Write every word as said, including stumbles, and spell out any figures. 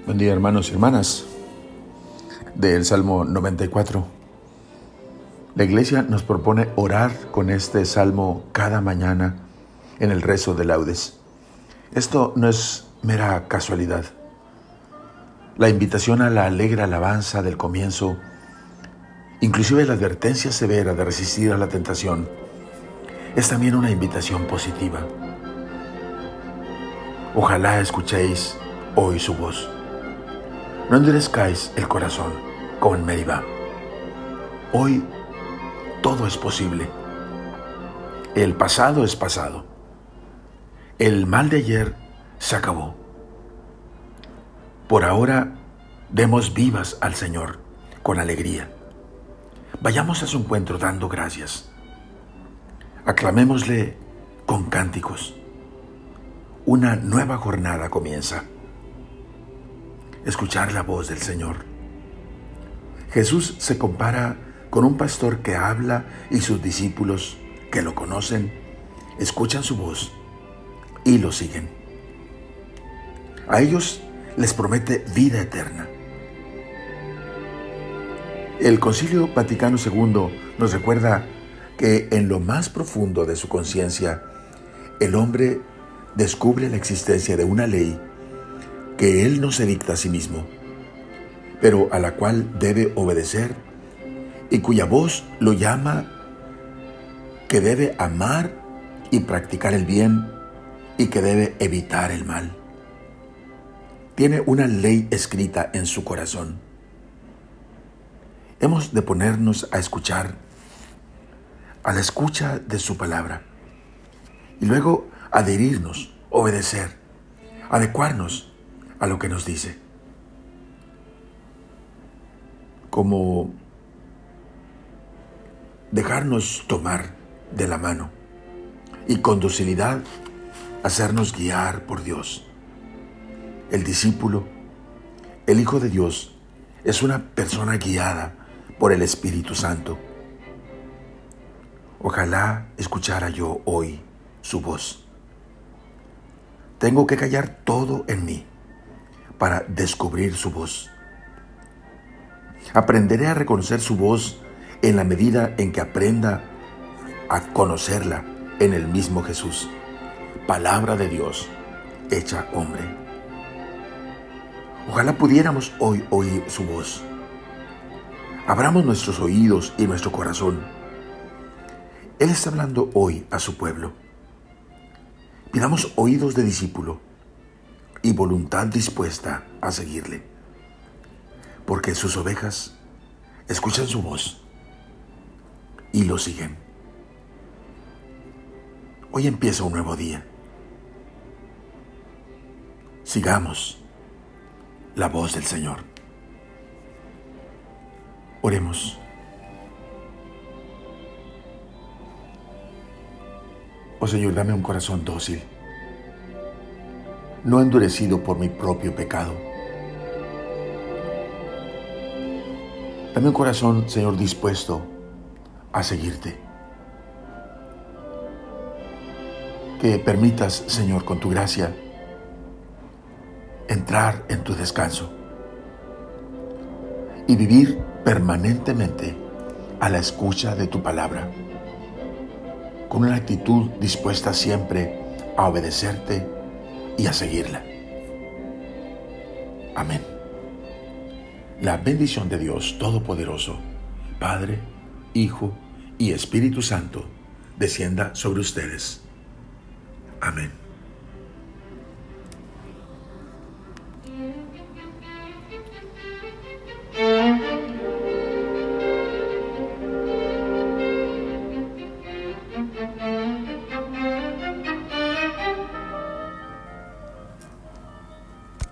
Buen día, hermanos y hermanas. Del Salmo noventa y cuatro. La Iglesia nos propone orar con este salmo cada mañana en el rezo de laudes. Esto no es mera casualidad. La invitación a la alegre alabanza del comienzo, inclusive la advertencia severa de resistir a la tentación, es también una invitación positiva. Ojalá escuchéis hoy su voz. No endurezcáis el corazón como en Meribá. Hoy todo es posible. El pasado es pasado. El mal de ayer se acabó. Por ahora, demos vivas al Señor con alegría. Vayamos a su encuentro dando gracias. Aclamémosle con cánticos. Una nueva jornada comienza. Escuchar la voz del Señor. Jesús se compara con un pastor que habla y sus discípulos que lo conocen, escuchan su voz y lo siguen. A ellos les promete vida eterna. El Concilio Vaticano segundo nos recuerda que en lo más profundo de su conciencia, el hombre descubre la existencia de una ley que él no se dicta a sí mismo, pero a la cual debe obedecer y cuya voz lo llama, que debe amar y practicar el bien y que debe evitar el mal. Tiene una ley escrita en su corazón. Hemos de ponernos a escuchar, a la escucha de su palabra, y luego adherirnos, obedecer, adecuarnos a lo que nos dice. Como dejarnos tomar de la mano y con docilidad hacernos guiar por Dios. El discípulo, el Hijo de Dios, es una persona guiada por el Espíritu Santo. Ojalá escuchara yo hoy su voz. Tengo que callar todo en mí para descubrir su voz. Aprenderé a reconocer su voz en la medida en que aprenda a conocerla en el mismo Jesús, palabra de Dios hecha hombre. Ojalá pudiéramos hoy oír su voz. Abramos nuestros oídos y nuestro corazón. Él está hablando hoy a su pueblo. Pidamos oídos de discípulo y voluntad dispuesta a seguirle, porque sus ovejas escuchan su voz y lo siguen. Hoy empieza un nuevo día. Sigamos la voz del Señor. Oremos. Oh Señor, dame un corazón dócil, no endurecido por mi propio pecado. Dame un corazón, Señor, dispuesto a seguirte. Que permitas, Señor, con tu gracia, entrar en tu descanso y vivir permanentemente a la escucha de tu palabra, con una actitud dispuesta siempre a obedecerte y a seguirla. Amén. La bendición de Dios Todopoderoso, Padre, Hijo y Espíritu Santo, descienda sobre ustedes. Amén.